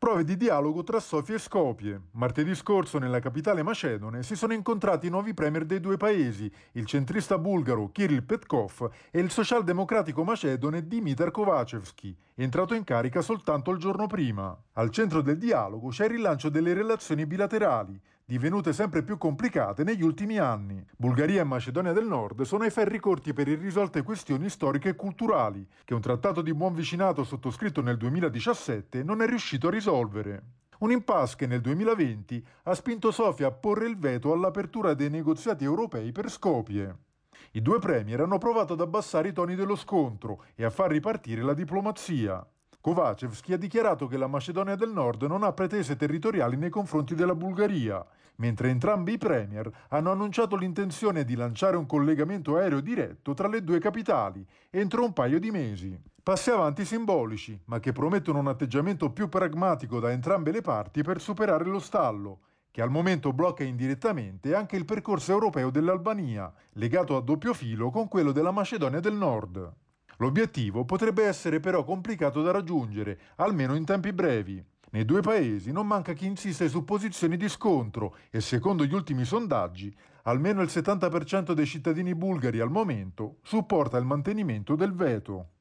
Prove di dialogo tra Sofia e Skopje. Martedì scorso nella capitale macedone si sono incontrati i nuovi premier dei due paesi, il centrista bulgaro Kirill Petkov e il socialdemocratico macedone Dimitar Kovacevski, entrato in carica soltanto il giorno prima. Al centro del dialogo c'è il rilancio delle relazioni bilaterali, divenute sempre più complicate negli ultimi anni. Bulgaria e Macedonia del Nord sono ai ferri corti per irrisolte questioni storiche e culturali, che un trattato di buon vicinato sottoscritto nel 2017 non è riuscito a risolvere. Un impasse che nel 2020 ha spinto Sofia a porre il veto all'apertura dei negoziati europei per Skopje. I due premier hanno provato ad abbassare i toni dello scontro e a far ripartire la diplomazia. Kovacevski ha dichiarato che la Macedonia del Nord non ha pretese territoriali nei confronti della Bulgaria, mentre entrambi i premier hanno annunciato l'intenzione di lanciare un collegamento aereo diretto tra le due capitali entro un paio di mesi. Passi avanti simbolici, ma che promettono un atteggiamento più pragmatico da entrambe le parti per superare lo stallo, che al momento blocca indirettamente anche il percorso europeo dell'Albania, legato a doppio filo con quello della Macedonia del Nord. L'obiettivo potrebbe essere però complicato da raggiungere, almeno in tempi brevi. Nei due paesi non manca chi insiste su posizioni di scontro e secondo gli ultimi sondaggi, almeno il 70% dei cittadini bulgari al momento supporta il mantenimento del veto.